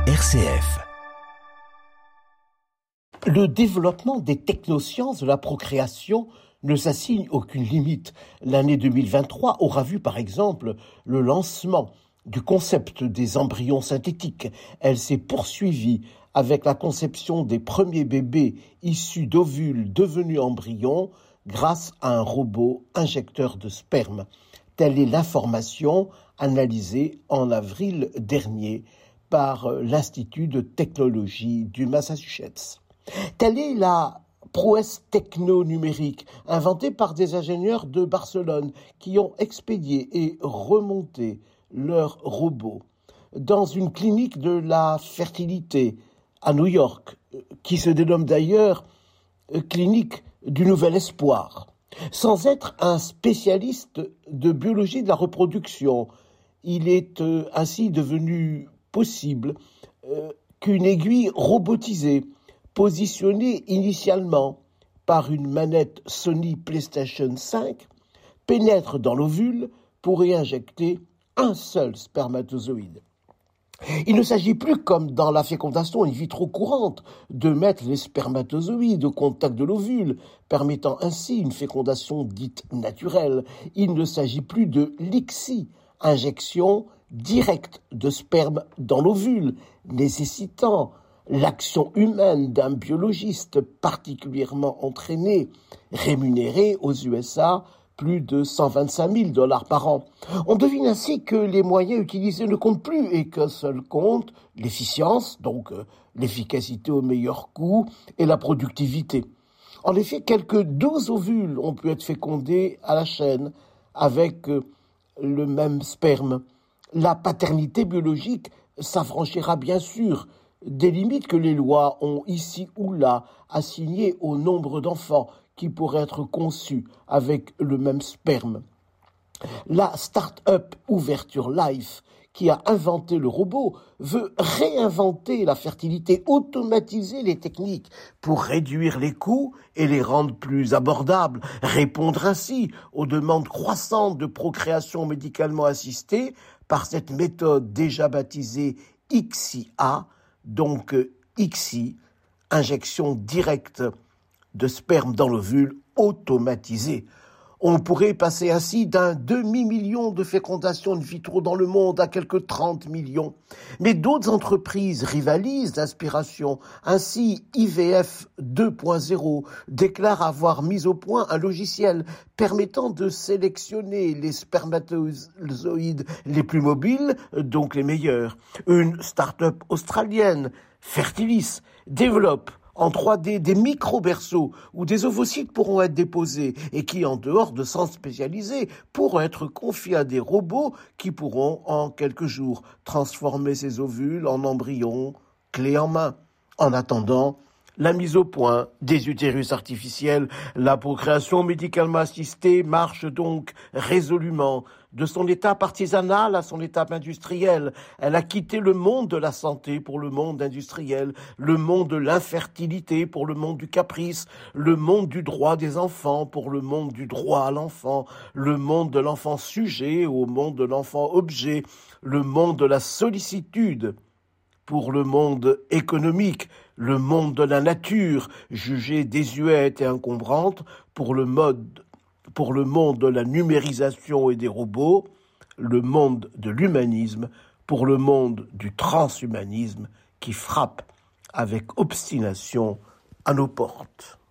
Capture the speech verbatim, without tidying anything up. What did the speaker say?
R C F. Le développement des technosciences de la procréation ne s'assigne aucune limite. L'année deux mille vingt-trois aura vu par exemple le lancement du concept des embryons synthétiques. Elle s'est poursuivie avec la conception des premiers bébés issus d'ovules devenus embryons grâce à un robot injecteur de sperme. Telle est l'information analysée en avril dernier par l'Institut de technologie du Massachusetts. Telle est la prouesse techno-numérique inventée par des ingénieurs de Barcelone qui ont expédié et remonté leurs robots dans une clinique de la fertilité à New York, qui se dénomme d'ailleurs clinique du Nouvel Espoir. Sans être un spécialiste de biologie de la reproduction, il est euh, ainsi devenu possible euh, qu'une aiguille robotisée, positionnée initialement par une manette Sony PlayStation cinq, pénètre dans l'ovule pour y injecter un seul spermatozoïde. Il ne s'agit plus, comme dans la fécondation in vitro courante, de mettre les spermatozoïdes au contact de l'ovule, permettant ainsi une fécondation dite naturelle. Il ne s'agit plus de l'ICSI, injection directe de sperme dans l'ovule, nécessitant l'action humaine d'un biologiste particulièrement entraîné, rémunéré aux U S A plus de cent vingt-cinq mille dollars par an. On devine ainsi que les moyens utilisés ne comptent plus et qu'un seul compte l'efficience, donc euh, l'efficacité au meilleur coût et la productivité. En effet, quelques douze ovules ont pu être fécondés à la chaîne avec euh, le même sperme. La paternité biologique s'affranchira bien sûr des limites que les lois ont ici ou là assignées au nombre d'enfants qui pourraient être conçus avec le même sperme. La start-up Ouverture Life, qui a inventé le robot, veut réinventer la fertilité, automatiser les techniques pour réduire les coûts et les rendre plus abordables, répondre ainsi aux demandes croissantes de procréation médicalement assistée par cette méthode déjà baptisée ICSI-A, donc ICSI, injection directe de sperme dans l'ovule automatisé. On pourrait passer ainsi d'un demi-million de fécondations in vitro dans le monde à quelques trente millions. Mais d'autres entreprises rivalisent d'inspiration. Ainsi, I V F deux point zéro déclare avoir mis au point un logiciel permettant de sélectionner les spermatozoïdes les plus mobiles, donc les meilleurs. Une start-up australienne, Fertilis, développe en trois D des micro-berceaux où des ovocytes pourront être déposés et qui, en dehors de centres spécialisés, pourront être confiés à des robots qui pourront, en quelques jours, transformer ces ovules en embryons clés en main. En attendant, la mise au point des utérus artificiels, la procréation médicalement assistée marche donc résolument de son étape artisanale à son étape industrielle. Elle a quitté le monde de la santé pour le monde industriel, le monde de l'infertilité pour le monde du caprice, le monde du droit des enfants pour le monde du droit à l'enfant, le monde de l'enfant sujet au monde de l'enfant objet, le monde de la sollicitude pour le monde économique, le monde de la nature, jugée désuète et encombrante, pour le mode, pour le monde de la numérisation et des robots, le monde de l'humanisme, pour le monde du transhumanisme qui frappe avec obstination à nos portes.